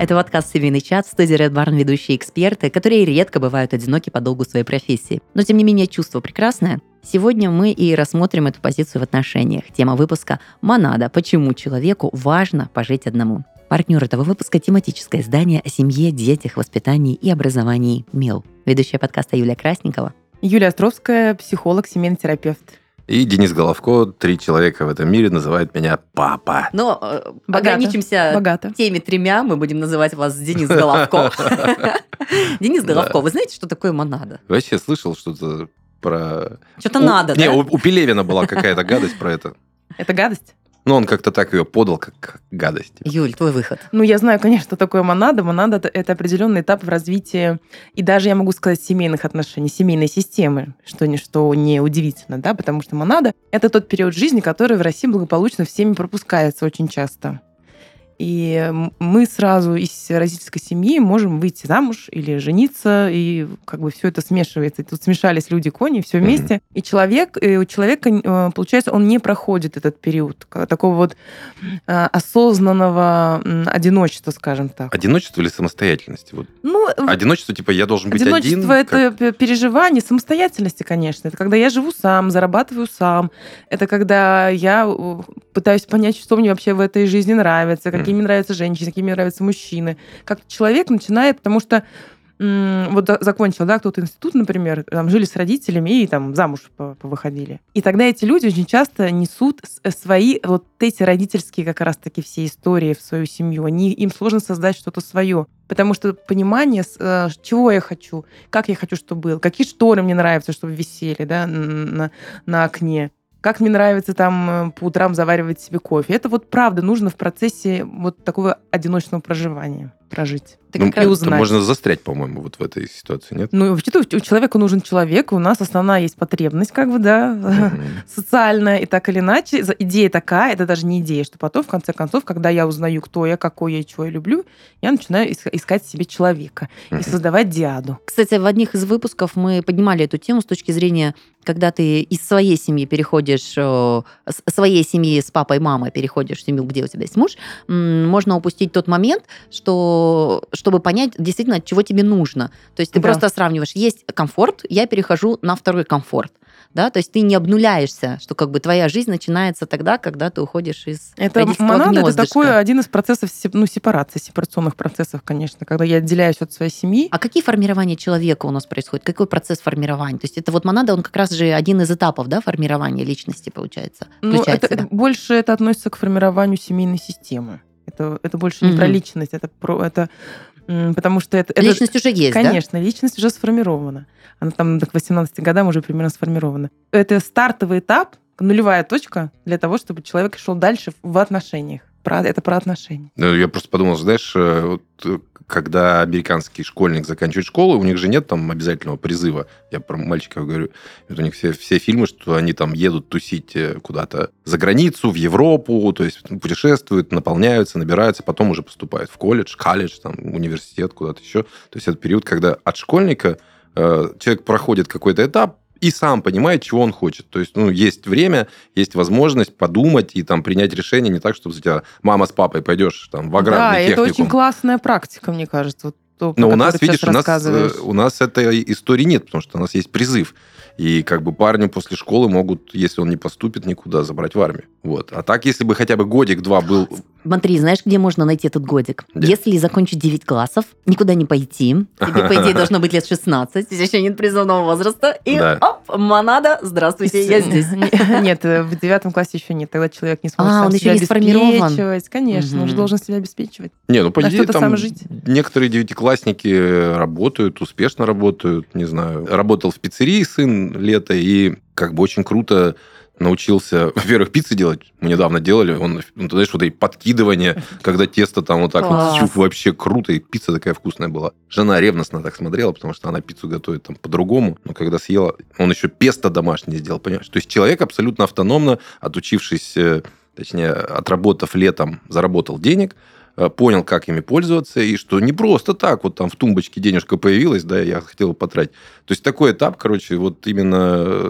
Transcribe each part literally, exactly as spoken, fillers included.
Это подкаст «Семейный чат», в студии Red Barn ведущие эксперты, которые редко бывают одиноки по долгу своей профессии. Но, тем не менее, чувство прекрасное. Сегодня мы и рассмотрим эту позицию в отношениях. Тема выпуска «Монада. Почему человеку важно пожить одному?». Партнер этого выпуска – тематическое издание о семье, детях, воспитании и образовании «Мел». Ведущая подкаста Юлия Красникова. Юлия Островская, психолог, семейный терапевт. И Денис Головко, три человека в этом мире, называют меня папа. Но э, ограничимся Богато. теми тремя, мы будем называть вас Денис Головко. Денис Головко, вы знаете, что такое монада? Вообще слышал что-то про... Что-то надо, да? Не, у Пелевина была какая-то гадость про это. Это гадость? Ну, он как-то так ее подал, как гадость. Юль, твой выход. Ну, я знаю, конечно, что такое монада. Монада – это определенный этап в развитии, и даже, я могу сказать, семейных отношений, семейной системы, что не, что не удивительно, да, потому что монада – это тот период жизни, который в России благополучно всеми пропускается очень часто. И мы сразу из родительской семьи можем выйти замуж или жениться, и как бы все это смешивается. И тут смешались люди-кони, все вместе. Mm-hmm. И человек, и у человека, получается, он не проходит этот период такого вот осознанного одиночества, скажем так. Одиночество или самостоятельности? Вот. Ну, одиночество, типа, я должен быть одиночество один? Одиночество – это как... переживание самостоятельности, конечно. Это когда я живу сам, зарабатываю сам. Это когда я пытаюсь понять, что мне вообще в этой жизни нравится, какие мне нравятся женщины, какие мне нравятся мужчины. Как человек начинает, потому что м- вот закончил, да, кто-то институт, например, там жили с родителями и там замуж повыходили. И тогда эти люди очень часто несут свои вот эти родительские как раз-таки все истории в свою семью. Они, им сложно создать что-то свое. Потому что понимание, чего я хочу, как я хочу, чтобы было, какие шторы мне нравятся, чтобы висели, да, на, на окне. Как мне нравится там по утрам заваривать себе кофе. Это вот правда нужно в процессе вот такого одиночного проживания прожить. Ну, и узнать. Можно застрять, по-моему, вот в этой ситуации, нет? Ну, вообще-то у человека нужен человек, у нас основная есть потребность, как бы, да, mm-hmm. социальная, и так или иначе. Идея такая, это даже не идея, что потом, в конце концов, когда я узнаю, кто я, какой я и чего я люблю, я начинаю искать себе человека mm-hmm. и создавать диаду. Кстати, в одних из выпусков мы поднимали эту тему с точки зрения, когда ты из своей семьи переходишь, с своей семьи с папой и мамой переходишь в семью, где у тебя есть муж, можно упустить тот момент, что чтобы понять действительно, чего тебе нужно. То есть ты да. просто сравниваешь. Есть комфорт, я перехожу на второй комфорт. Да? То есть ты не обнуляешься, что как бы твоя жизнь начинается тогда, когда ты уходишь из это родительского монада, гнездышка. Это такой один из процессов, ну, сепарации, сепарационных процессов, конечно, когда я отделяюсь от своей семьи. А какие формирования человека у нас происходит? Какой процесс формирования? То есть это вот монада, он как раз же один из этапов, да, формирования личности, получается? Ну, это, это, больше это относится к формированию семейной системы. Это, это больше не mm-hmm. про личность, это про... Это, потому что это... Личность это, уже есть, конечно, да? личность уже сформирована. Она там к восемнадцати годам уже примерно сформирована. Это стартовый этап, нулевая точка для того, чтобы человек шел дальше в отношениях. Это про отношения. Я просто подумал, знаешь, вот, когда американский школьник заканчивает школу, у них же нет там обязательного призыва. Я про мальчиков говорю. Вот у них все, все фильмы, что они там едут тусить куда-то за границу, в Европу, то есть путешествуют, наполняются, набираются, потом уже поступают в колледж, колледж, там, университет, куда-то еще. То есть это период, когда от школьника э, человек проходит какой-то этап, и сам понимает, чего он хочет. То есть, ну, есть время, есть возможность подумать и там принять решение не так, чтобы у тебя мама с папой пойдешь там в аграрный да, техникум. Да, это очень классная практика, мне кажется. Вот то, но у нас, видишь, у нас, у нас этой истории нет, потому что у нас есть призыв. И как бы парню после школы могут, если он не поступит никуда, забрать в армию. Вот. А так, если бы хотя бы годик-два был... Смотри, знаешь, где можно найти этот годик? Где? Если закончить девять классов, никуда не пойти, тебе, по идее, должно быть лет шестнадцать, здесь еще нет призывного возраста, и да. оп, монада, здравствуйте, я здесь. Нет, в девятом классе еще нет, тогда человек не сможет а, сам он себя еще не обеспечивать. Конечно, угу. он же должен себя обеспечивать. Не, ну, по идее, там сам жить. Некоторые девятиклассники работают, успешно работают, не знаю. Работал в пиццерии сын лето, и как бы очень круто научился, во-первых, пиццы делать. Мы недавно делали. Он, ну, ты знаешь, вот эти подкидывания, когда тесто там вот так Класс. вот чух, вообще круто, и пицца такая вкусная была. Жена ревностно так смотрела, потому что она пиццу готовит там по-другому. Но когда съела, он еще песто домашнее сделал, понимаешь? То есть человек абсолютно автономно, отучившись, точнее, отработав летом, заработал денег, понял, как ими пользоваться, и что не просто так, вот там в тумбочке денежка появилась, да, я хотел потратить. То есть такой этап, короче, вот именно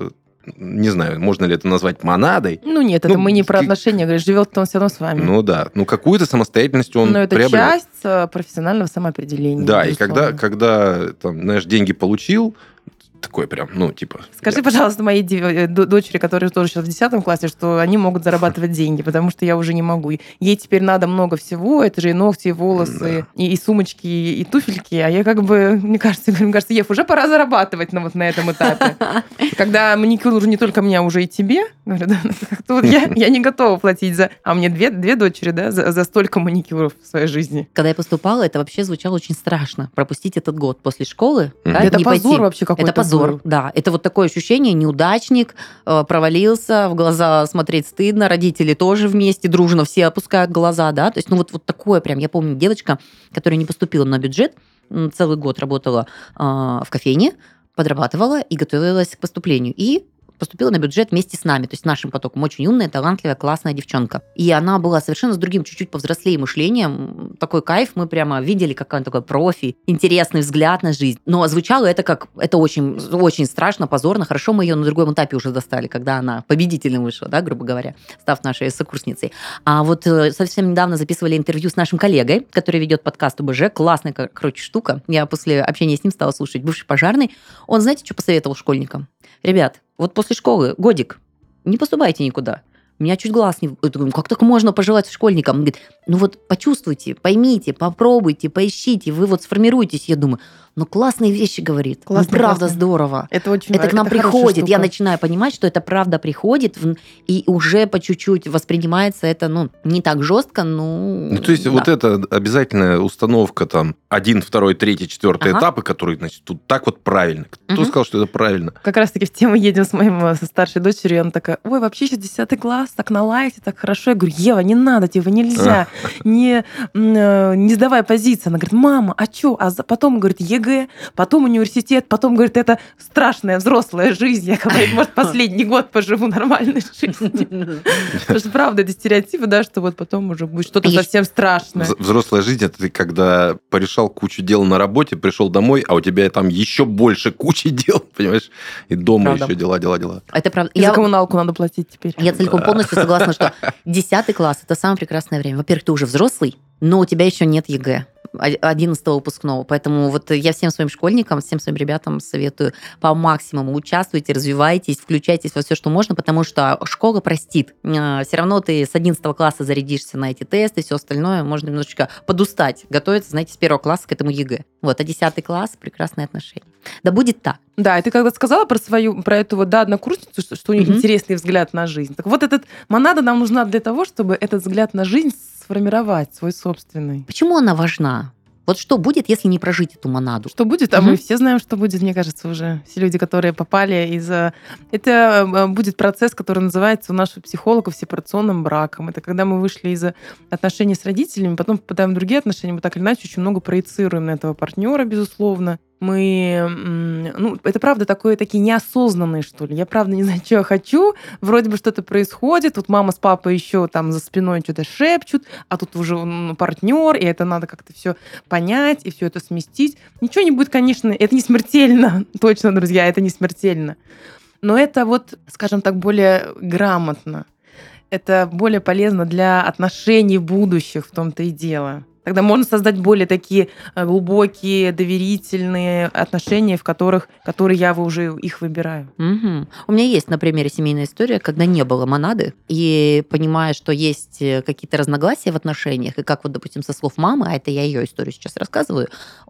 не знаю, можно ли это назвать монадой. Ну нет, это Ну, мы не про к- отношения, говоришь, живет он все равно с вами. Ну да, ну какую-то самостоятельность он Но это приобрел. часть э, профессионального самоопределения. Да, и безусловно. когда, когда там, знаешь, деньги получил, такой прям, ну, типа... Скажи, я- пожалуйста, моей ди- э, д- дочери, которая тоже сейчас в десятом классе, что они могут зарабатывать деньги, потому что я уже не могу. Ей теперь надо много всего, это же и ногти, и волосы, и, и сумочки, и, и туфельки, а я как бы, мне кажется, мне кажется, Ев, уже пора зарабатывать на, вот на этом этапе. Когда маникюр уже не только мне, а уже и тебе, говорю, да, как-то вот я, я не готова платить за... А у меня две, две дочери, да, за, за столько маникюров в своей жизни. Когда я поступала, это вообще звучало очень страшно. Пропустить этот год после школы. Мгм. да, Это не позор пойти. вообще какой-то Это позор, был. да. Это вот такое ощущение, неудачник, э, провалился, в глаза смотреть стыдно, родители тоже вместе, дружно, все опускают глаза, да. То есть, ну вот, вот такое прям, я помню, девочка, которая не поступила на бюджет, м, целый год работала э, в кофейне, подрабатывала и готовилась к поступлению. И поступила на бюджет вместе с нами, то есть нашим потоком. Очень умная, талантливая, классная девчонка. И она была совершенно с другим, чуть-чуть повзрослее мышлением. Такой кайф, мы прямо видели, как она такой профи, интересный взгляд на жизнь. Но звучало это как, это очень, очень страшно, позорно. Хорошо, мы ее на другом этапе уже достали, когда она победителем вышла, да, грубо говоря, став нашей сокурсницей. А вот э, совсем недавно записывали интервью с нашим коллегой, который ведет подкаст ОБЖ. Классная, кор- короче, штука. Я после общения с ним стала слушать. Бывший пожарный. Он, знаете, что посоветовал школьникам? Ребят, вот после школы годик, не поступайте никуда. У меня чуть глаз не... Я думаю, как так можно пожелать школьникам? Он говорит, ну вот почувствуйте, поймите, попробуйте, поищите, вы вот сформируетесь. Я думаю, ну классные вещи говорит. Классно, ну правда классно. здорово. Это очень Это к нам хорошая приходит. Я штука. начинаю понимать, что это правда приходит, в- и уже по чуть-чуть воспринимается это, ну, не так жестко, ну... Ну, то есть да. вот это обязательная установка там один, второй, третий, четвертый Ага. этапы, которые, значит, тут так вот правильно. Кто Мгм. сказал, что это правильно? Как раз-таки в тему едем с моим э, со старшей дочерью, и она такая, ой, вообще сейчас десятый класс, так на лайте, так хорошо. Я говорю, Ева, не надо тебе, нельзя, не, м, э, не сдавай позиции. Она говорит, мама, а что? А за- потом, говорит, ЕГЭ, потом университет, потом, говорит, это страшная взрослая жизнь. Я, говорит, может, последний год поживу нормальной жизнью. Потому что, правда, это стереотипы, да, что вот потом уже будет что-то И ещё- совсем страшное. Вз- Взрослая жизнь – это ты когда порешал кучу дел на работе, пришел домой, а у тебя там еще больше кучи дел, понимаешь? И дома Правда. еще дела, дела, дела. Это правда. И за Я, коммуналку надо платить теперь. я целиком Да. полностью согласна, что десятый класс – это самое прекрасное время. Во-первых, ты уже взрослый, но у тебя еще нет ЕГЭ. одиннадцатого выпускного. Поэтому вот я всем своим школьникам, всем своим ребятам советую по максимуму участвуйте, развивайтесь, включайтесь во все, что можно, потому что школа простит. Все равно ты с одиннадцатого класса зарядишься на эти тесты, все остальное, можно немножечко подустать, готовиться, знаете, с первого класса к этому ЕГЭ. Вот, а десятый класс – прекрасные отношения. Да будет так. Да, и ты когда сказала про свою, про эту вот, да, однокурсницу, что, что у них Мгм. интересный взгляд на жизнь. Так вот, этот монада нам нужна для того, чтобы этот взгляд на жизнь сформировать, свой собственный. Почему она важна? Вот что будет, если не прожить эту монаду? Что будет? А Мгм. мы все знаем, что будет, мне кажется, уже. Все люди, которые попали из-за... Это э, будет процесс, который называется у наших психологов сепарационным браком. Это когда мы вышли из отношений с родителями, потом попадаем в другие отношения, мы так или иначе очень много проецируем на этого партнера, безусловно. Мы, м, ну, это правда такое, такие неосознанные, что ли. Я правда не знаю, что я хочу. Вроде бы что-то происходит. Вот мама с папой еще там за спиной что-то шепчут, а тут уже ну, партнер, и это надо как-то все понять и все это сместить. Ничего не будет, конечно, это не смертельно, точно, друзья, это не смертельно. Но это вот, скажем так, более грамотно. Это более полезно для отношений будущих, в том-то и дело. Тогда можно создать более такие э, глубокие, доверительные отношения, в которых, которые я уже их выбираю. Мгм. У меня есть на примере семейная история, когда не было монады, и понимая, что есть э, какие-то разногласия в отношениях, и как вот, допустим, со слов мамы, а это я ее историю сейчас рассказываю,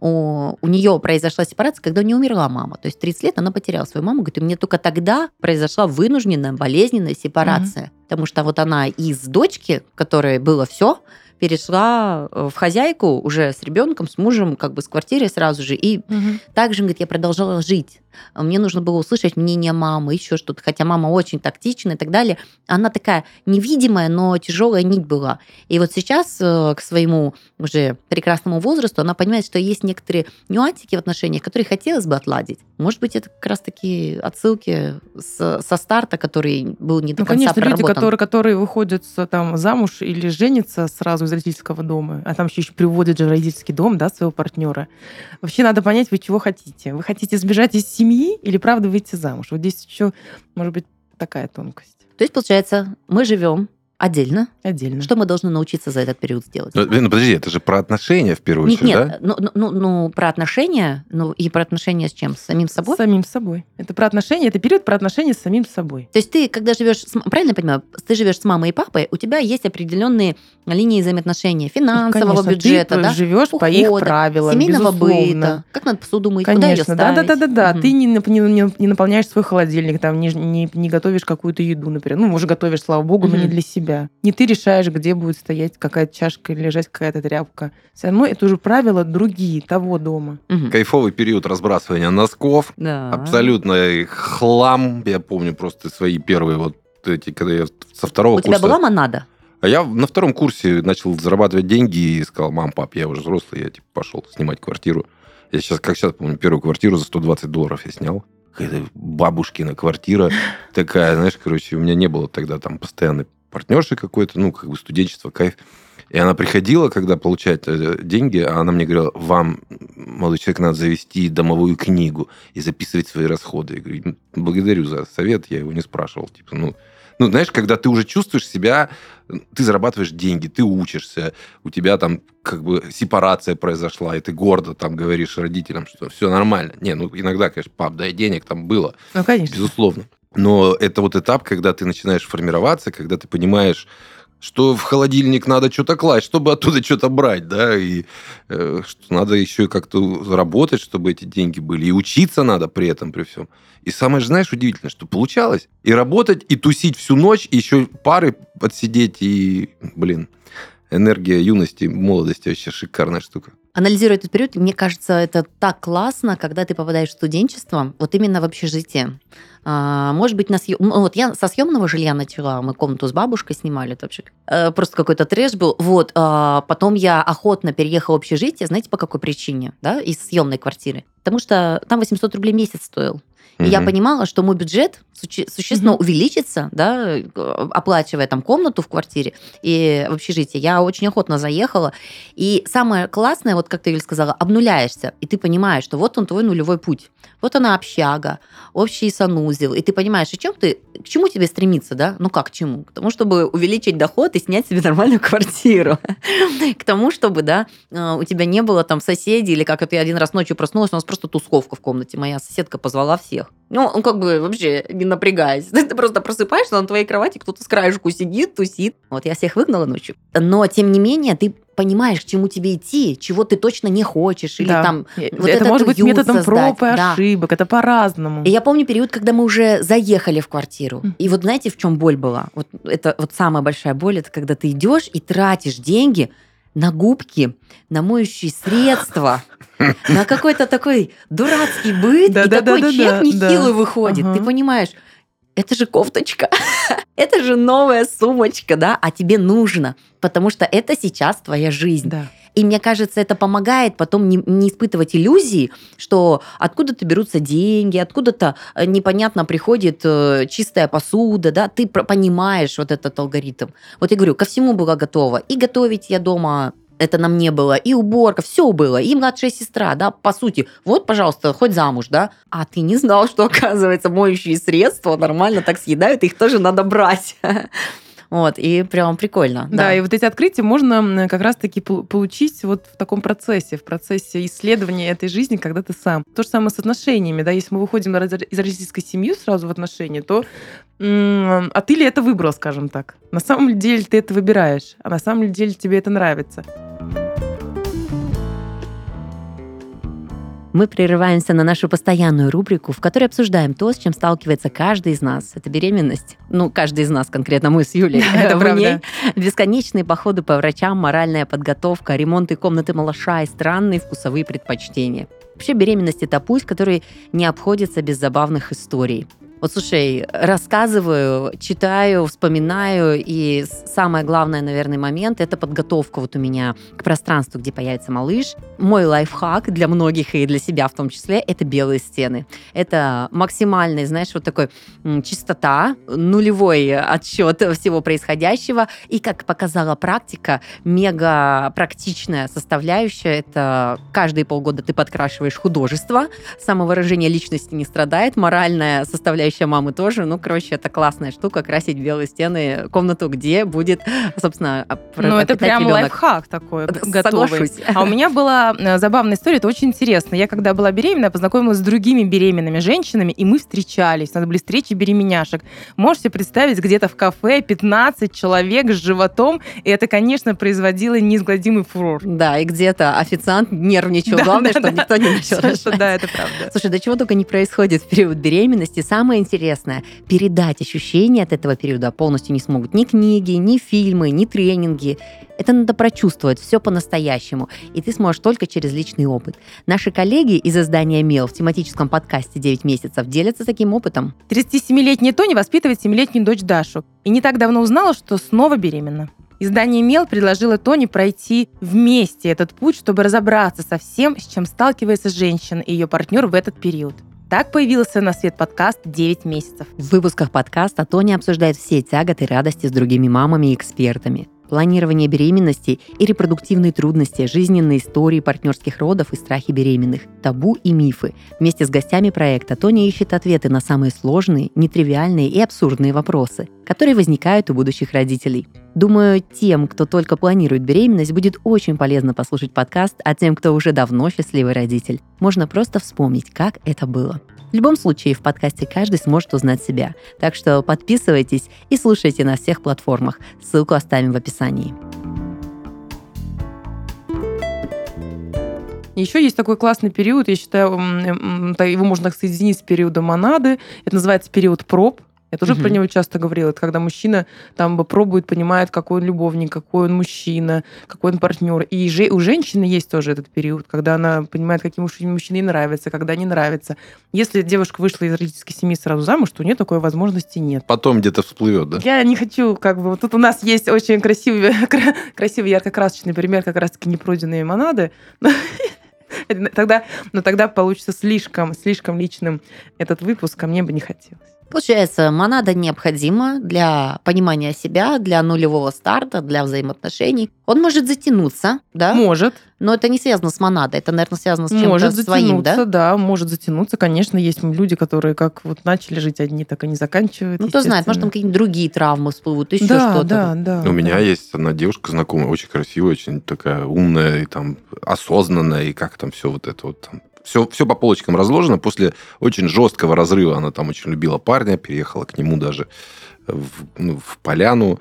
у, у нее произошла сепарация, когда у нее умерла мама. То есть тридцать лет она потеряла свою маму, говорит, у меня только тогда произошла вынужденная, болезненная сепарация. Потому что вот она из дочки, которой было все, перешла в хозяйку уже с ребенком, с мужем, как бы с квартирой сразу же. И также, говорит, я продолжала жить. Мне нужно было услышать мнение мамы, еще что-то. Хотя мама очень тактичная и так далее. Она такая невидимая, но тяжелая нить была. И вот сейчас э, к своему уже прекрасному возрасту она понимает, что есть некоторые нюансики в отношениях, которые хотелось бы отладить. Может быть, это как раз-таки отсылки с- со старта, который был не до Ну, конца конечно, люди, проработан. которые, которые выходят с- там, замуж или женятся сразу из родительского дома, а там еще, еще приводят же в родительский дом, да, своего партнера. Вообще надо понять, вы чего хотите. Вы хотите сбежать из семьи, семьи или правда выйти замуж. Вот здесь еще, может быть, такая тонкость. То есть, получается, мы живем отдельно. Отдельно. Что мы должны научиться за этот период сделать? Ну, ну, подожди, это же про отношения в первую Нет, очередь, нет, да? ну, ну, ну, ну, про отношения, ну, и про отношения с чем? С самим собой? С самим собой. Это про отношения, это период про отношения с самим собой. То есть ты, когда живешь, с, правильно я понимаю, ты живешь с мамой и папой, у тебя есть определенные линии взаимоотношений финансового Конечно, бюджета, ты да? живешь по их ухода, правилам, семейного безусловно. быта, как надо посуду мыть, куда ее Конечно, ставить. да-да-да-да. Мгм. Ты не, нап- не, не- не наполняешь свой холодильник, там, не, не, не готовишь какую-то еду, например. Ну, уже готовишь, слава богу, но не Мгм. для себя. Не ты решаешь, где будет стоять какая-то чашка или лежать какая-то тряпка. Все равно это уже правила другие, того дома. Мгм. Кайфовый период разбрасывания носков. Да. Абсолютно хлам. Я помню просто свои первые вот эти, когда я со второго У тебя курса... была монада? А я на втором курсе начал зарабатывать деньги и сказал: мам, пап, я уже взрослый, я типа пошел снимать квартиру. Я сейчас, как сейчас помню, первую квартиру за сто двадцать долларов я снял. Какая-то бабушкина квартира такая, знаешь, короче, у меня не было тогда там постоянной партнерши какой-то, ну, как бы студенчество, кайф. И она приходила, когда получать э, деньги, а она мне говорила: вам, молодой человек, надо завести домовую книгу и записывать свои расходы. Я говорю: «Ну, благодарю за совет, я его не спрашивал. Типа, ну, ну, знаешь, когда ты уже чувствуешь себя, ты зарабатываешь деньги, ты учишься, у тебя там как бы сепарация произошла, и ты гордо там говоришь родителям, что все нормально. Не, ну, иногда, конечно, пап, дай денег, там было, Ну, конечно. безусловно. Но это вот этап, когда ты начинаешь формироваться, когда ты понимаешь, что в холодильник надо что-то класть, чтобы оттуда что-то брать, да, и э, что надо еще как-то заработать, чтобы эти деньги были, и учиться надо при этом, при всем. И самое же, знаешь, удивительное, что получалось и работать, и тусить всю ночь, и еще пары подсидеть, и, блин, энергия юности, молодости вообще шикарная штука. Анализируя этот период, мне кажется, это так классно, когда ты попадаешь в студенчество, вот именно в общежитие. А, может быть, на съем... ну, вот я со съемного жилья начала, мы комнату с бабушкой снимали, это вообще э, просто какой-то трэш был. Вот, а, потом я охотно переехала в общежитие, знаете, по какой причине, да, из съемной квартиры? Потому что там восемьсот рублей в месяц стоил. И я Мгм. понимала, что мой бюджет суще- существенно Мгм. увеличится, да, э, оплачивая там комнату в квартире и в общежитии. Я очень охотно заехала. И самое классное, вот как ты, Юль, сказала, обнуляешься, и ты понимаешь, что вот он твой нулевой путь. Вот она общага, общий санузел. И ты понимаешь, о чем ты, к чему тебе стремиться, да? Ну как к чему? К тому, чтобы увеличить доход и снять себе нормальную квартиру. К тому, чтобы, да, э, у тебя не было там соседей, или как это я один раз ночью проснулась, у нас просто тусовка в комнате. Моя соседка позвала всех. Ну, ну, как бы вообще не напрягаясь. Ты просто просыпаешься, на твоей кровати кто-то с краешку сидит, тусит. Вот я всех выгнала ночью. Но, тем не менее, ты понимаешь, к чему тебе идти, чего ты точно не хочешь. Или Да. там это вот этот может быть уют методом создать. проб и Да. ошибок. Это по-разному. И я помню период, когда мы уже заехали в квартиру. Мгм. И вот знаете, в чем боль была? Вот это вот самая большая боль, это когда ты идешь и тратишь деньги на губки, на моющие средства, на какой-то такой дурацкий быт, и такой Да-да-да-да-да, чек нехилый да. выходит. Ага. Ты понимаешь, это же кофточка, это же новая сумочка, да, а тебе нужно, потому что это сейчас твоя жизнь. Да. И мне кажется, это помогает потом не, не испытывать иллюзии, что откуда-то берутся деньги, откуда-то э, непонятно приходит э, чистая посуда, да, ты про- понимаешь вот этот алгоритм. Вот я говорю, ко всему была готова. И готовить я дома, это на мне было, и уборка, все было, и младшая сестра, да, по сути, вот, пожалуйста, хоть замуж, да, а ты не знал, что, оказывается, моющие средства нормально так съедают, их тоже надо брать. Вот, и прям прикольно. Да. Да, и вот эти открытия можно м, как раз-таки пол- получить вот в таком процессе, в процессе исследования этой жизни, когда ты сам. То же самое с отношениями, да, если мы выходим раз- из российской семьи сразу в отношения, то м, а ты ли это выбрал, скажем так? На самом деле ты это выбираешь, а на самом деле тебе это нравится. Мы прерываемся на нашу постоянную рубрику, в которой обсуждаем то, с чем сталкивается каждый из нас. Это беременность. Ну, каждый из нас, конкретно мы с Юлей. Это в правда. ней бесконечные походы по врачам, моральная подготовка, ремонты комнаты малыша и странные вкусовые предпочтения. Вообще беременность – это путь, который не обходится без забавных историй. Вот, слушай, рассказываю, читаю, вспоминаю, и самое главное, наверное, момент – это подготовка вот у меня к пространству, где появится малыш. Мой лайфхак для многих и для себя в том числе – это белые стены. Это максимальный, знаешь, вот такой м, чистота, нулевой отсчет всего происходящего. И, как показала практика, мега практичная составляющая – это каждые полгода ты подкрашиваешь художество, самовыражение личности не страдает, моральная составляющая мамы тоже. Ну, короче, это классная штука, красить белые стены, комнату, где будет, собственно, ну, это прям ребенок. Лайфхак такой, готовый. Соглашусь. А у меня была забавная история, это очень интересно. Я, когда была беременна, познакомилась с другими беременными женщинами, и мы встречались. У нас были встречи беременяшек. Можете представить, где-то в кафе пятнадцать человек с животом, и это, конечно, производило неизгладимый фурор. Да, и где-то официант нервничал. Да, Главное, да, чтобы да. никто не начал рожать. Да, это правда. Слушай, до чего только не происходит в период беременности. Самое интересное, передать ощущения от этого периода полностью не смогут ни книги, ни фильмы, ни тренинги. Это надо прочувствовать все по-настоящему, и ты сможешь только через личный опыт. Наши коллеги из издания «Мел» в тематическом подкасте «девять месяцев» делятся таким опытом. тридцатисемилетняя Тоня воспитывает семилетнюю дочь Дашу и не так давно узнала, что снова беременна. Издание «Мел» предложило Тоне пройти вместе этот путь, чтобы разобраться со всем, с чем сталкивается женщина и ее партнер в этот период. Так появился на свет подкаст «девять месяцев». В выпусках подкаста Тоня обсуждает все тяготы и радости с другими мамами и экспертами. Планирование беременности и репродуктивные трудности, жизненные истории партнерских родов и страхи беременных, табу и мифы. Вместе с гостями проекта Тоня ищет ответы на самые сложные, нетривиальные и абсурдные вопросы, которые возникают у будущих родителей. Думаю, тем, кто только планирует беременность, будет очень полезно послушать подкаст, а тем, кто уже давно счастливый родитель, можно просто вспомнить, как это было. В любом случае, в подкасте каждый сможет узнать себя. Так что подписывайтесь и слушайте на всех платформах. Ссылку оставим в описании. Еще есть такой классный период, я считаю, его можно соединить с периодом монады. Это называется период проб. Я тоже uh-huh. про него часто говорила. Это когда мужчина там пробует, понимает, какой он любовник, какой он мужчина, какой он партнер. И же, у женщины есть тоже этот период, когда она понимает, какие мужчины ей нравятся, когда не нравятся. Если девушка вышла из родительской семьи сразу замуж, то у нее такой возможности нет. Потом где-то всплывет, да? Я не хочу, как бы... Вот тут у нас есть очень красивый, красивый ярко-красочный пример как раз-таки непройденные монады. Тогда, но тогда получится слишком, слишком личным этот выпуск, а мне бы не хотелось. Получается, монада необходима для понимания себя, для нулевого старта, для взаимоотношений. Он может затянуться, да? Может. Но это не связано с монадой, это, наверное, связано с чем-то может своим, да? Может да, может затянуться. Конечно, есть люди, которые как вот начали жить одни, так и не заканчивают. Ну, кто знает, может, там какие-нибудь другие травмы всплывут, еще да, что-то. Да, да, У да. меня есть одна девушка знакомая, очень красивая, очень такая умная, и там осознанная, и как там все вот это вот там. Все, все по полочкам разложено. После очень жесткого разрыва она там очень любила парня, переехала к нему даже в, ну, в поляну,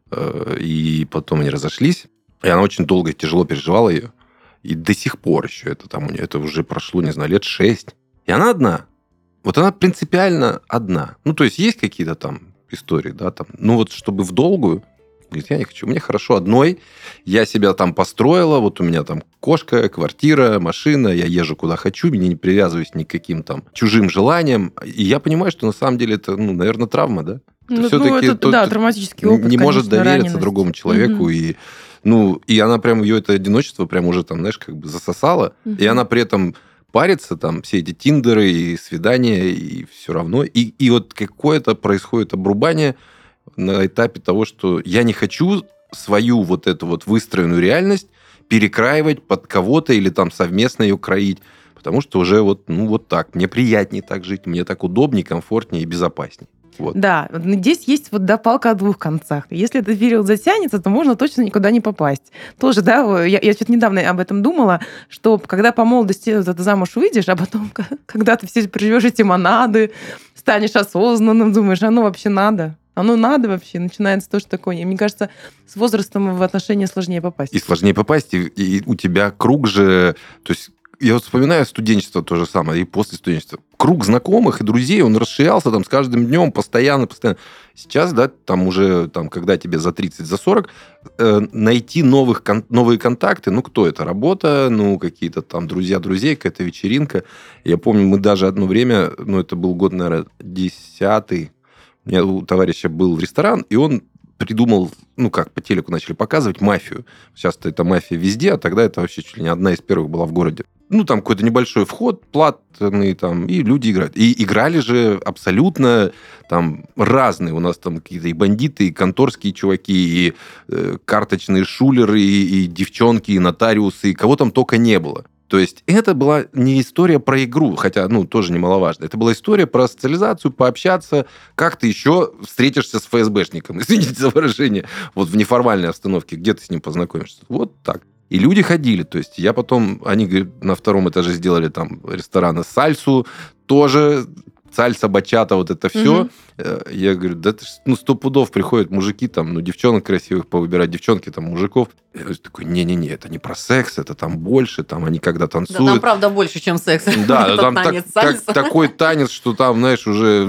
э, и потом они разошлись. И она очень долго и тяжело переживала ее. И до сих пор еще это там у нее, это уже прошло, не знаю, лет шесть. И она одна. Вот она принципиально одна. Ну, то есть есть какие-то там истории, да, там. Ну, вот чтобы в долгую, говорит, я не хочу, мне хорошо одной, я себя там построила, вот у меня там кошка, квартира, машина, я езжу куда хочу, меня не привязываюсь ни к каким там чужим желаниям, и я понимаю, что на самом деле это, ну, наверное, травма, да? Ну, все-таки ну, это, да, травматический опыт, не конечно, может довериться раненость. другому человеку, угу. и, ну, и она прям, ее это одиночество прям уже там, знаешь, как бы засосала, угу. и она при этом парится, там, все эти тиндеры и свидания, и все равно, и, и вот какое-то происходит обрубание на этапе того, что я не хочу свою вот эту вот выстроенную реальность перекраивать под кого-то или там совместно ее кроить, потому что уже вот, ну, вот так. Мне приятнее так жить, мне так удобнее, комфортнее и безопаснее. Вот. Да, здесь есть вот да, палка о двух концах. Если этот период затянется, то можно точно никуда не попасть. Тоже, да, я, я что-то недавно об этом думала, что когда по молодости вот, ты замуж выйдешь, а потом, когда ты все проживешь эти монады, станешь осознанным, думаешь, оно вообще надо? Оно надо вообще? Начинается то, что такое. И мне кажется, с возрастом в отношения сложнее попасть. И сложнее попасть, и, и у тебя круг же... То есть я вот вспоминаю студенчество то же самое, и после студенчества. круг знакомых и друзей, он расширялся там с каждым днем постоянно, постоянно. Сейчас, да, там уже, там, когда тебе за тридцать, за сорок, э, найти новых, кон- новые контакты, ну, кто это? Работа, ну, какие-то там друзья друзей, какая-то вечеринка. Я помню, мы даже одно время, ну, это был год, наверное, десятый, у меня у товарища был ресторан, и он придумал, ну, как по телеку начали показывать, мафию. Сейчас-то это мафия везде, а тогда это вообще чуть ли не одна из первых была в городе. Ну, там какой-то небольшой вход, платный, там, и люди играют. И играли же абсолютно там разные. У нас там какие-то и бандиты, и конторские чуваки, и э, карточные шулеры, и, и девчонки, и нотариусы, и кого там только не было. То есть это была не история про игру, хотя, ну, тоже немаловажно. Это была история про социализацию, пообщаться, как ты еще встретишься с ФСБшником, извините за выражение, вот в неформальной обстановке, где ты с ним познакомишься. Вот так. И люди ходили, то есть я потом, они, говорит, на втором этаже сделали там рестораны сальсу, тоже сальса, бачата, вот это все. Mm-hmm. Я говорю, да это ж, ну, сто пудов приходят мужики там, ну, девчонок красивых повыбирать, девчонки там, мужиков. Я такой, не-не-не, это не про секс, это там больше, там они когда танцуют. Да, там правда больше, чем секс. Да, там такой танец, что там, знаешь, уже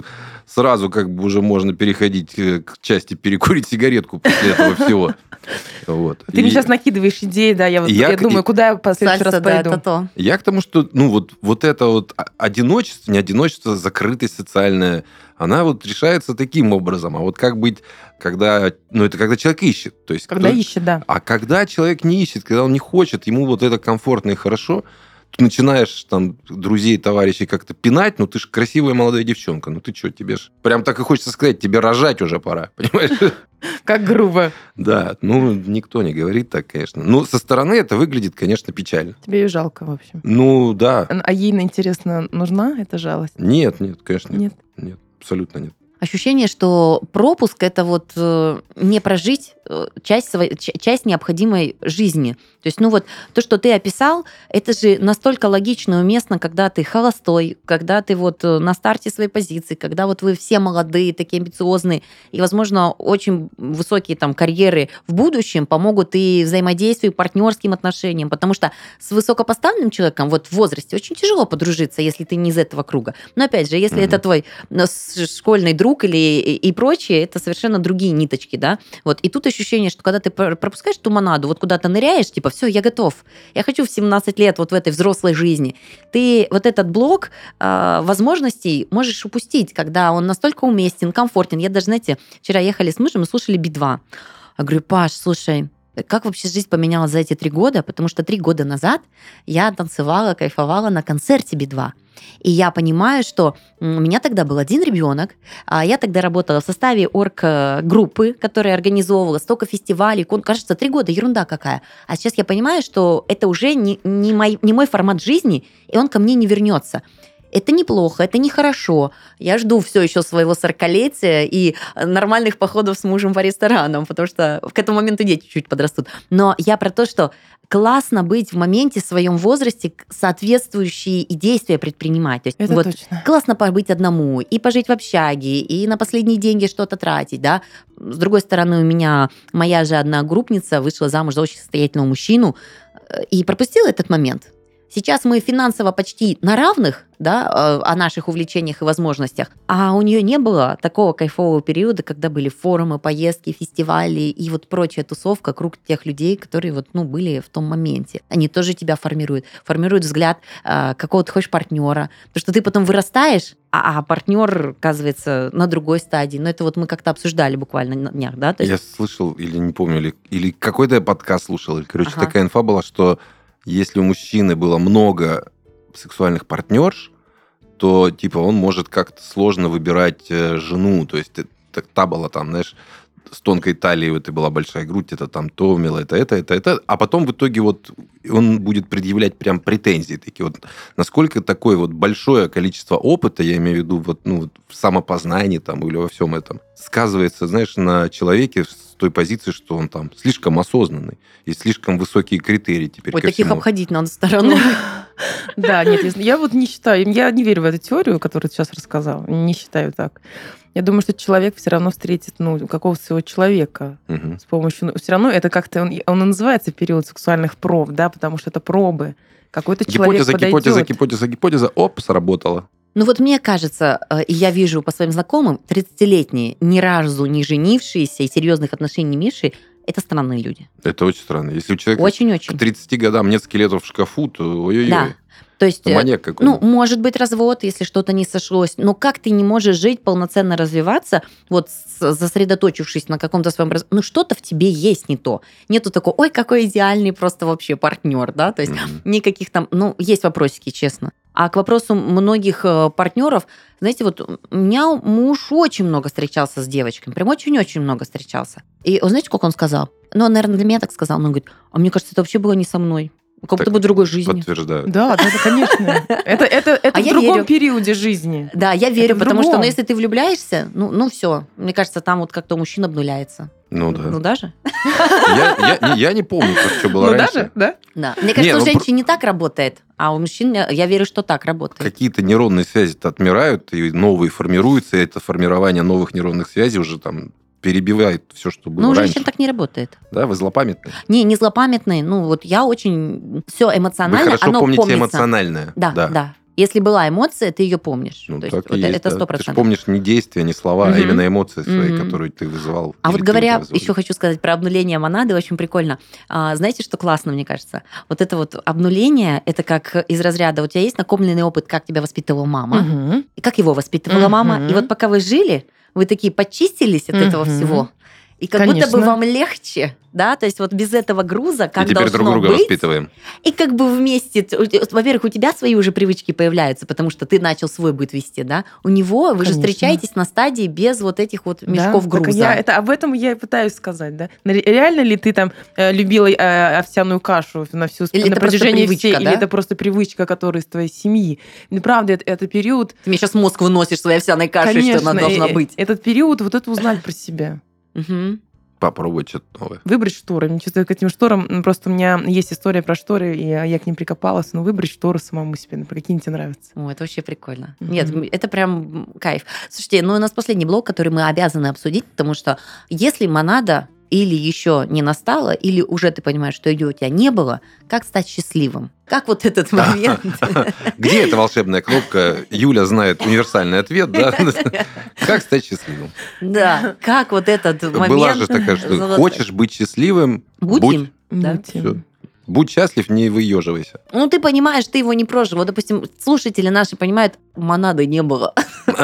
сразу как бы уже можно переходить к части перекурить сигаретку после этого всего. Вот. Ты и... мне сейчас накидываешь идеи, да, я, вот, я, я думаю, и... куда я в следующий раз пойду. Да, это то. Я к тому, что, ну, вот, вот это вот одиночество, не одиночество, закрытость социальная, она вот решается таким образом. А вот как быть, когда... Ну, это когда человек ищет. То есть, когда кто... ищет, да. А когда человек не ищет, когда он не хочет, ему вот это комфортно и хорошо, ты начинаешь там друзей, товарищей как-то пинать, ну, ты же красивая молодая девчонка, ну, ты что, тебе ж... Прям так и хочется сказать, тебе рожать уже пора, понимаешь? Как грубо. Да, ну, никто не говорит так, конечно. Ну, со стороны это выглядит, конечно, печально. Тебе ее жалко, в общем. Ну, да. А ей, интересно, нужна эта жалость? Нет, нет, конечно, нет. Нет? Нет, абсолютно нет. Ощущение, что пропуск – это вот э, не прожить э, часть, своей, часть необходимой жизни. То есть, ну вот, то, что ты описал, это же настолько логично и уместно, когда ты холостой, когда ты вот на старте своей позиции, когда вот вы все молодые, такие амбициозные, и, возможно, очень высокие там карьеры в будущем помогут и взаимодействию, и партнерским отношениям, потому что с высокопоставленным человеком вот в возрасте очень тяжело подружиться, если ты не из этого круга. Но, опять же, если mm-hmm. это твой школьный друг, или и, и прочее, это совершенно другие ниточки, да, вот, и тут ощущение, что когда ты пропускаешь ту монаду, вот куда-то ныряешь, типа, все, я готов, я хочу в семнадцать лет вот в этой взрослой жизни, ты вот этот блок э, возможностей можешь упустить, когда он настолько уместен, комфортен. Я даже, знаете, вчера ехали с мужем и слушали Би два. Я говорю, Паш, слушай, как вообще жизнь поменялась за эти три года? Потому что три года назад я танцевала, кайфовала на концерте Би два. И я понимаю, что у меня тогда был один ребенок, а я тогда работала в составе орг-группы, которая организовывала столько фестивалей. Кажется, три года, ерунда какая. А сейчас я понимаю, что это уже не, не, мой, не мой формат жизни, и он ко мне не вернется. Это неплохо, это нехорошо. Я жду все еще своего сорокалетия и нормальных походов с мужем по ресторанам, потому что к этому моменту дети чуть подрастут. Но я про то, что классно быть в моменте, в своем возрасте, соответствующие и действия предпринимать. То есть, это вот, точно. Классно побыть одному, и пожить в общаге, и на последние деньги что-то тратить. Да? С другой стороны, у меня моя же одна группница вышла замуж за очень состоятельного мужчину и пропустила этот момент. Сейчас мы финансово почти на равных, да, о наших увлечениях и возможностях, а у нее не было такого кайфового периода, когда были форумы, поездки, фестивали и вот прочая тусовка круг тех людей, которые вот, ну, были в том моменте. Они тоже тебя формируют, формируют взгляд, какого ты хочешь партнера, потому что ты потом вырастаешь, а партнер, оказывается, на другой стадии. Но это вот мы как-то обсуждали буквально на днях, да? То есть... Я слышал, или не помню, или, или какой-то я подкаст слушал, или, короче, ага. такая инфа была, что если у мужчины было много сексуальных партнерш, то, типа, он может как-то сложно выбирать жену. То есть, та была там, знаешь, с тонкой талией, вот и была большая грудь, это там то умело, это, это, это, это. А потом в итоге вот он будет предъявлять прям претензии такие. Вот насколько такое вот большое количество опыта, я имею в виду вот, ну, вот в самопознании там или во всем этом, сказывается, знаешь, на человеке с той позиции, что он там слишком осознанный и слишком высокие критерии теперь. Ой, ко таких всему. обходить надо стороной. Да, нет, я вот не считаю, я не верю в эту теорию, которую ты сейчас рассказал, не считаю так. Я думаю, что человек все равно встретит, ну, какого-то своего человека Угу. с помощью... Ну, все равно это как-то... Он, он и называется период сексуальных проб, да, потому что это пробы. Какой-то человек Гипотеза, подойдет. гипотеза, гипотеза, гипотеза, оп, сработала. Ну вот мне кажется, э, и я вижу по своим знакомым, тридцатилетние, ни разу не женившиеся и серьезных отношений не имевшие, это странные люди. Это очень странно. Если у человека Очень-очень. к тридцати годам нет скелетов в шкафу, то ой-ой-ой. Да. То есть, Это э, маньяк какой-то. ну, может быть, развод, если что-то не сошлось. Но как ты не можешь жить, полноценно развиваться, вот с- сосредоточившись на каком-то своем... раз- Ну, что-то в тебе есть не то. Нету такого, ой, какой идеальный просто вообще партнер, да? То есть Мгм. никаких там... Ну, есть вопросики, честно. А к вопросу многих э, партнеров, знаете, вот у меня муж очень много встречался с девочками, прям очень-очень много встречался. И он, знаете, сколько он сказал? Ну, он, наверное, для меня так сказал. Он говорит, а мне кажется, это вообще было не со мной. Как будто Так, бы другой жизни. Подтверждаю. Да, да, это, конечно. Это, это, это А в я другом верю. периоде жизни. Да, я верю, в потому что, ну, другом. если ты влюбляешься, ну, ну все. Мне кажется, там вот как-то мужчина обнуляется. Ну да. Ну, даже? Я, я- не- я не помню, как что было Ну, раньше. даже, да? Да. Мне кажется, Не, у ну, женщин не так работает, а у мужчин, я я верю, что так работает. Какие-то нейронные связи-то отмирают, и новые формируются, и это формирование новых нейронных связей уже там перебивает все, что было Но у раньше. женщин так не работает. Да, вы злопамятные. Не, не злопамятные. Ну, вот я очень... Все Вы эмоционально, хорошо оно помните помнится. эмоциональное. Да, да, Если была эмоция, ты ее помнишь. Ну, То так есть, и вот есть, это да. сто Ты же процентов. помнишь не действия, не слова, а Мгм. именно эмоции свои, Мгм. которые ты вызывал. А или вот ты говоря, вызвал. еще хочу сказать про обнуление монады, очень прикольно. А, знаете, что классно, мне кажется? Вот это вот обнуление, это как из разряда, у тебя есть накопленный опыт, как тебя воспитывала мама, Мгм. и как его воспитывала мама. Мгм. И вот пока вы жили, вы такие почистились от этого Мгм. всего, и как будто бы Конечно. вам легче, да, то есть вот без этого груза, как И теперь должно друг друга быть, воспитываем. и как бы вместе, т- у- во-первых, у тебя свои уже привычки появляются, потому что ты начал свой быт вести, да, у него вы же Конечно. встречаетесь на стадии без вот этих вот мешков Да, так груза. я- это, об этом я и пытаюсь сказать, да. На- Реально ли ты там э, любила э, овсяную кашу на всю Или на это просто протяжении привычка, всей, да? или это просто привычка, которая из твоей семьи? Ну, правда, это, это период, Ты мне сейчас мозг выносишь своей овсяной кашей, конечно, что она должна э, быть. этот период, вот это узнать про себя. Мгм. Попробовать что-то новое. Выбрать шторы. Мне чувствую, к этим шторам, ну, просто у меня есть история про шторы, и я, я к ним прикопалась, но выбрать шторы самому себе, например, какие тебе нравятся. О, это вообще прикольно. Мгм. Нет, это прям кайф. Слушайте, ну у нас последний блок, который мы обязаны обсудить, потому что если монада или еще не настала, или уже ты понимаешь, что ее у тебя не было, как стать счастливым? Как вот этот момент? Где эта волшебная кнопка? Юля знает универсальный ответ, да? Как стать счастливым? Да, как вот этот момент... Была же такая, что золотой. хочешь быть счастливым, Будь будь, им. Да. Будьте. Всё. будь счастлив, не выеживайся. Ну, ты понимаешь, ты его не прожил. Вот, допустим, слушатели наши понимают, монады не было.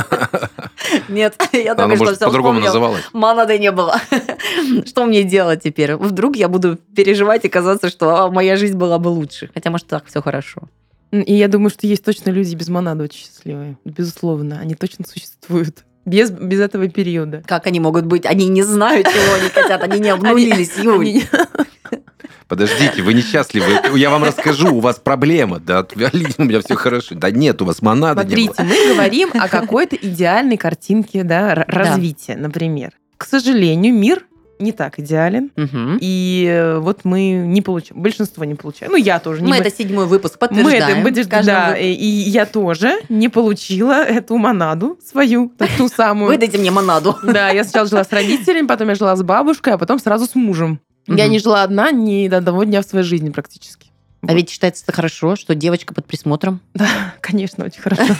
Нет, я Она, только что может, все по-другому вспомнила. называлась. Монады не было. Что мне делать теперь? Вдруг я буду переживать и казаться, что а, моя жизнь была бы лучше. Хотя, может, так все хорошо. И я думаю, что есть точно люди без монады очень счастливые. Безусловно, они точно существуют. Без, без этого периода. Как они могут быть? Они не знают, чего они хотят. Они не обнулились, Юль. Они- Подождите, вы несчастливы. Я вам расскажу, у вас проблема. Да, отвалите, у меня все хорошо. Да нет, у вас монада не было. Смотрите, мы говорим о какой-то идеальной картинке, да, р- развития, например. К сожалению, мир не так идеален. Мгм. И э, вот мы не получаем, большинство не получаем. Ну, я тоже не Мы мы- это седьмой выпуск мы это, подтверждаем. мы это- в каждом да, выпуске. и, и я тоже не получила эту монаду свою, так, ту самую. Выдайте мне монаду. Да, я сначала жила с родителями, потом я жила с бабушкой, а потом сразу с мужем. Я Мгм. не жила одна ни до одного дня в своей жизни практически. А ведь считается это хорошо, что девочка под присмотром. Конечно, очень хорошо.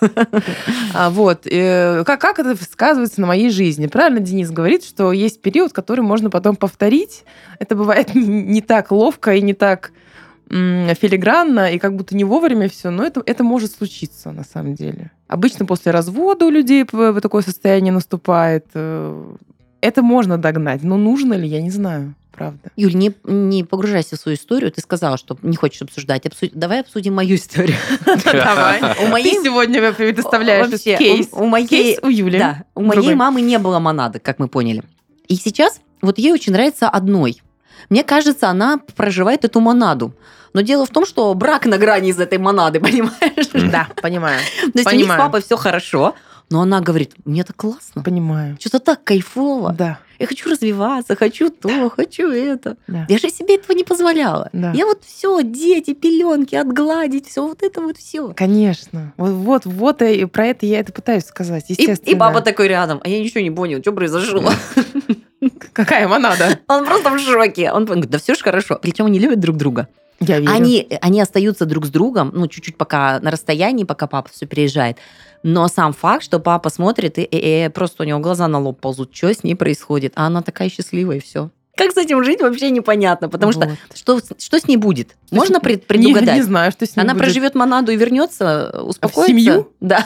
А, Вот. э, Как, как это сказывается на моей жизни? Правильно Денис говорит, что есть период, который можно потом повторить. Это бывает не так ловко и не так м, филигранно, и как будто не вовремя все, но это, это может случиться на самом деле. Обычно после развода у людей п- п- такое состояние наступает. э, Это можно догнать, но нужно ли, я не знаю, правда. Юль, не, не погружайся в свою историю. Ты сказала, что не хочешь обсуждать. Обсу- Давай обсудим мою историю. Давай. У моей... Ты сегодня предоставляешь Вообще, кейс. у, у моей... Кейс у Юли. Да, у моей Другой. мамы не было монады, как мы поняли. И сейчас вот ей очень нравится одной. Мне кажется, она проживает эту монаду. Но дело в том, что брак на грани из этой монады, понимаешь? Да, понимаю. То есть у них с Понимаю. папой все хорошо, но она говорит, мне это классно. Понимаю. Что-то так кайфово. Да, Я хочу развиваться, хочу то, хочу это. да. Я же себе этого не позволяла. Да. Я вот все, дети, пеленки, отгладить, все вот это вот все. Конечно. Вот, вот, вот и про это я это пытаюсь сказать, И, естественно. и папа такой рядом, а я ничего не понял, что произошло. Какая монада? Он просто в шоке. Он говорит, да все же хорошо. Причем они любят друг друга. Я верю. Они, они остаются друг с другом, ну, чуть-чуть пока на расстоянии, пока папа все переезжает. Но сам факт, что папа смотрит, и, и, и просто у него глаза на лоб ползут, что с ней происходит. А она такая счастливая, и все. Как с этим жить, вообще непонятно, потому Вот. что, что что с ней будет? Что Можно с- пред- Не, предугадать? не знаю, что с ней Она будет. проживет монаду и вернется, успокоится? семью? Да.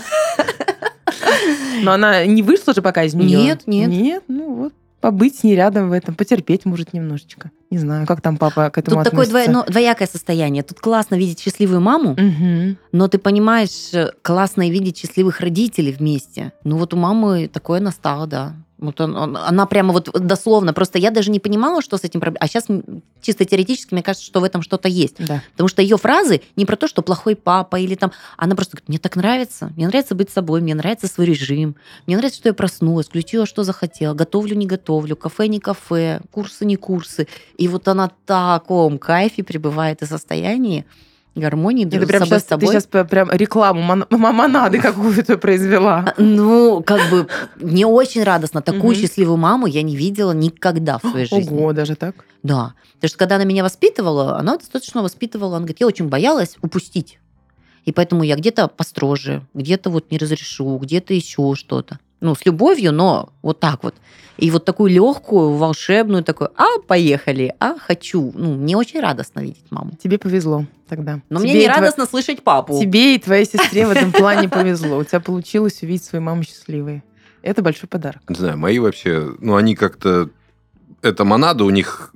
Но она не вышла же пока из нее. Нет, нет. Нет, ну вот. Побыть с ней рядом в этом, потерпеть может немножечко. Не знаю, как там папа к этому Тут такое относится. двоя- ну, двоякое состояние. Тут классно видеть счастливую маму, Мгм. но ты понимаешь, классно и видеть счастливых родителей вместе. Ну вот у мамы такое настало, да. Вот он- он- она прямо вот дословно. Просто я даже не понимала, что с этим проблема. А сейчас чисто теоретически мне кажется, что в этом что-то есть. Да. Потому что ее фразы не про то, что плохой папа или там... Она просто говорит, мне так нравится. Мне нравится быть собой, мне нравится свой режим. Мне нравится, что я проснулась, включила, что захотела. Готовлю, не готовлю. Кафе, не кафе. Курсы, не курсы. И вот она в таком кайфе пребывает и состоянии гармонии Это друг прям с собой, сейчас, с собой. ты сейчас прям рекламу мон- монады какую-то произвела. Ну, как бы, мне очень радостно. Такую Мгм. счастливую маму я не видела никогда в своей жизни. Ого, даже так? Да. Потому что когда она меня воспитывала, она достаточно воспитывала. Она говорит, я очень боялась упустить. И поэтому я где-то построже, где-то вот не разрешу, где-то еще что-то. Ну, с любовью, но вот так вот. И вот такую легкую, волшебную, такую, а, поехали, а, хочу. Ну, мне очень радостно видеть маму. Тебе повезло тогда. Но Тебе мне не и тво- радостно слышать папу. Тебе и твоей сестре в этом плане повезло. У тебя получилось увидеть свою маму счастливой. Это большой подарок. Не знаю, мои вообще, ну, они как-то... Это монада у них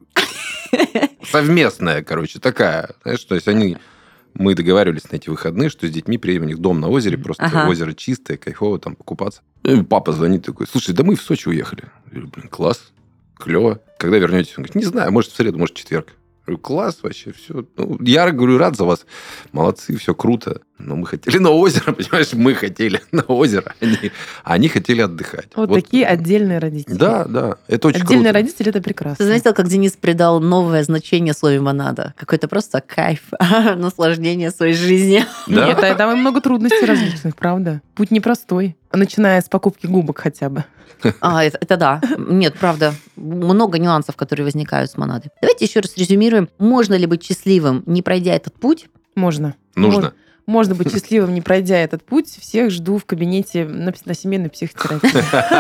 совместная, короче, такая. Знаешь, то есть они... Мы договаривались на эти выходные, что с детьми приедем, у них дом на озере, просто Ага. озеро чистое, кайфово там покупаться. И папа звонит такой, слушай, да мы в Сочи уехали. Я говорю, блин, класс, клево. Когда вернетесь? Он говорит, не знаю, может, в среду, может, в четверг. Я говорю, класс вообще, все. Ну, я говорю, рад за вас. Молодцы, все круто. Но мы хотели на озеро, понимаешь? Мы хотели на озеро. Они, они хотели отдыхать. Вот, такие отдельные родители. Да, да. Это очень Отдельные круто. родители это прекрасно. Ты заметил, как Денис придал новое значение слове «монада»? Какой-то просто кайф, наслаждение своей жизни. Да? Нет, а там много трудностей различных, правда. Путь непростой. Начиная с покупки губок хотя бы. А, это, это да. Нет, правда, много нюансов, которые возникают с монадой. Давайте еще раз резюмируем. Можно ли быть счастливым, не пройдя этот путь? Можно. Нужно. Можно быть счастливым, не пройдя этот путь. Всех жду в кабинете на, на семейной психотерапии.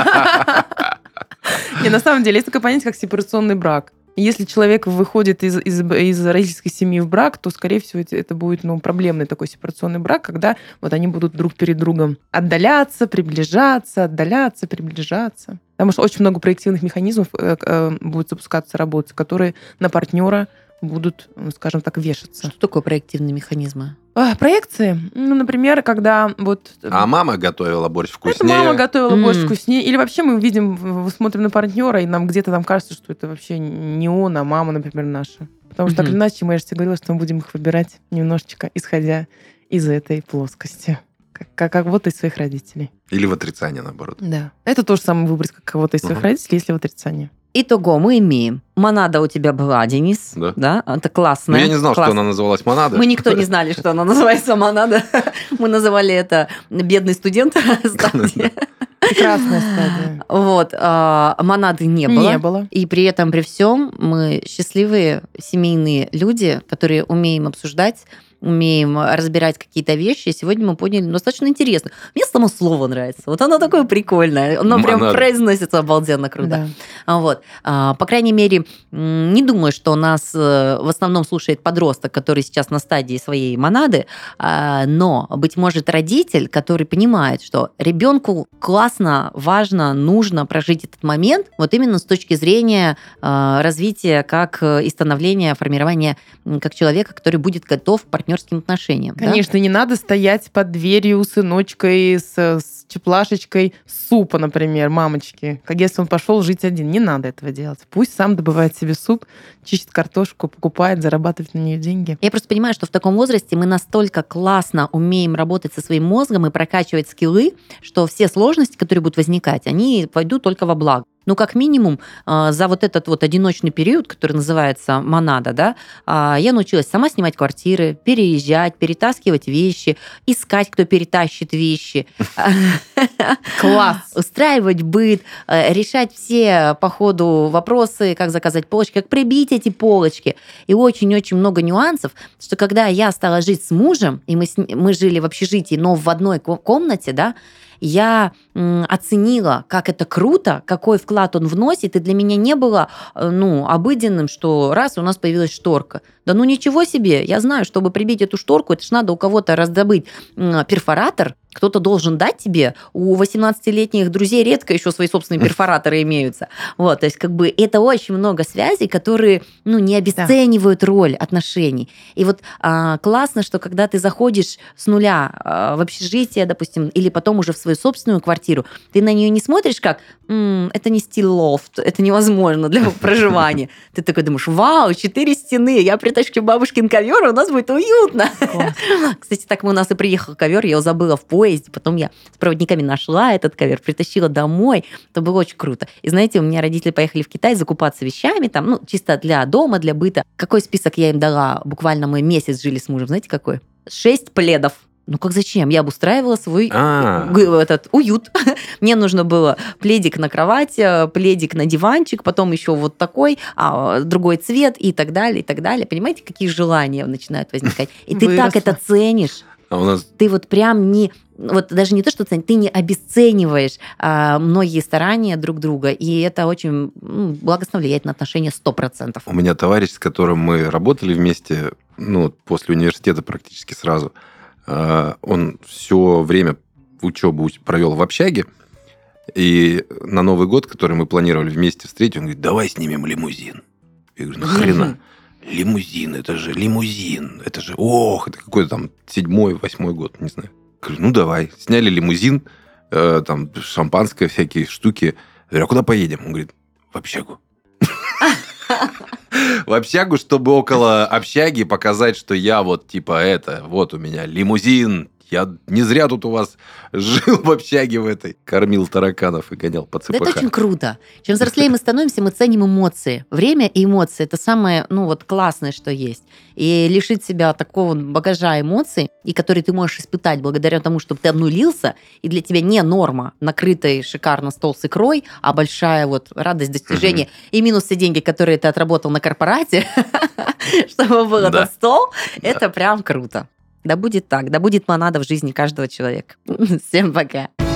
Не, на самом деле, есть такое понятие, как сепарационный брак. Если человек выходит из, из, из родительской семьи в брак, то, скорее всего, это, это будет ну, проблемный такой сепарационный брак, когда вот они будут друг перед другом отдаляться, приближаться, отдаляться, приближаться. Потому что очень много проективных механизмов э, э, будет запускаться, работать, которые на партнера будут, ну, скажем так, вешаться. Что такое проективные механизмы? А, проекции, ну, например, когда вот... А мама готовила борщ это вкуснее. мама готовила борщ М. вкуснее. Или вообще мы видим, в- смотрим на партнера, и нам где-то там кажется, что это вообще не он, а мама, например, наша. Потому что так Мгм. или иначе, я же тебе говорила, что мы будем их выбирать немножечко, исходя из этой плоскости. Как, как, как вот из своих родителей. Или в отрицание, наоборот. Да. Это тоже самый выбор, как кого-то из своих Мгм. родителей, если в отрицании. Итого мы имеем. Монада у тебя была, Денис. Да. Это классно. Но я не знал, Классно. что она называлась монада. Мы никто не знали, что она называется монада. Мы называли это бедный студент стадии. Прекрасная стадия. Вот. а монады не было. Не было. И при этом, при всем, мы счастливые семейные люди, которые умеем обсуждать, умеем разбирать какие-то вещи. И сегодня мы поняли, ну, достаточно интересно. Мне само слово нравится. Вот оно такое прикольное. Оно прям Монада. произносится обалденно круто. Да. А, Вот. А, По крайней мере, м, не думаю, что нас э, в основном слушает подросток, который сейчас на стадии своей монады, а, но, быть может, родитель, который понимает, что ребенку классно, важно, нужно прожить этот момент, вот именно с точки зрения э, развития как э, и становления, формирования м, как человека, который будет готов к партнерским отношениям. да? Конечно, не надо стоять под дверью с сыночкой, с, с чеплашечкой супа, например, мамочки. Как если он пошел жить один. Не надо этого делать. Пусть сам добывает себе суп, чистит картошку, покупает, зарабатывает на нее деньги. Я просто понимаю, что в таком возрасте мы настолько классно умеем работать со своим мозгом и прокачивать скиллы, что все сложности, которые будут возникать, они пойдут только во благо. Ну, как минимум, за вот этот вот одиночный период, который называется монада, да, я научилась сама снимать квартиры, переезжать, перетаскивать вещи, искать, кто перетащит вещи. Класс! Устраивать быт, решать все по ходу вопросы, как заказать полочки, как прибить эти полочки. И очень-очень много нюансов, что когда я стала жить с мужем, и мы, с... мы жили в общежитии, но в одной комнате, да, я м, оценила, как это круто, какой вклад он вносит, и для меня не было ну, обыденным, что раз у нас появилась шторка. Да ну ничего себе, я знаю, чтобы прибить эту шторку, это ж надо у кого-то раздобыть м, перфоратор, кто-то должен дать тебе. У восемнадцатилетних друзей редко еще свои собственные перфораторы имеются. Вот, то есть как бы это очень много связей, которые ну, не обесценивают да. роль отношений. И вот а, классно, что когда ты заходишь с нуля а, в общежитие, допустим, или потом уже в свою собственную квартиру, ты на нее не смотришь как «М, это не стиль лофт, это невозможно для проживания». Ты такой думаешь «Вау, четыре стены, я притащу бабушкин ковер, и у нас будет уютно». Кстати, так у нас и приехал ковер, я его забыла в поезде, потом я с проводниками нашла этот ковер, притащила домой, это было очень круто. И знаете, у меня родители поехали в Китай закупаться вещами, там, ну, чисто для дома, для быта. Какой список я им дала? Буквально мы месяц жили с мужем, знаете, какой? Шесть пледов. Ну как зачем? Я обустраивала свой г- этот уют. Мне нужно было пледик на кровать, пледик на диванчик, потом еще вот такой, а, другой цвет и так далее, и так далее. Понимаете, какие желания начинают возникать? И ты Выросла. так это ценишь. А у нас... Ты вот прям не... Вот даже не то, что ценишь, ты не обесцениваешь а, многие старания друг друга, и это очень ну, благостно влияет на отношения сто процентов. У меня товарищ, с которым мы работали вместе, ну, после университета практически сразу, он все время учебу провел в общаге, и на Новый год, который мы планировали вместе встретить, он говорит, давай снимем лимузин. Я говорю, нахрена? Лимузин, это же лимузин, это же, ох, это какой-то там седьмой, восьмой год, не знаю. Я говорю, ну давай. Сняли лимузин, э, там шампанское, всякие штуки. Я говорю, а куда поедем? Он говорит, в общагу. В общагу, чтобы около общаги показать, что я вот типа это, вот у меня лимузин, я не зря тут у вас жил в общаге в этой, кормил тараканов и гонял по цепочке. Это очень круто. Чем взрослее мы становимся, мы ценим эмоции. Время и эмоции – это самое, ну вот, классное, что есть. И лишить себя такого багажа эмоций, и которые ты можешь испытать благодаря тому, что ты обнулился, и для тебя не норма накрытый шикарно стол с икрой, а большая вот радость достижения, угу. и минус все деньги, которые ты отработал на корпорате, чтобы был этот стол, это прям круто. Да будет так, да будет монада в жизни каждого человека. Всем пока.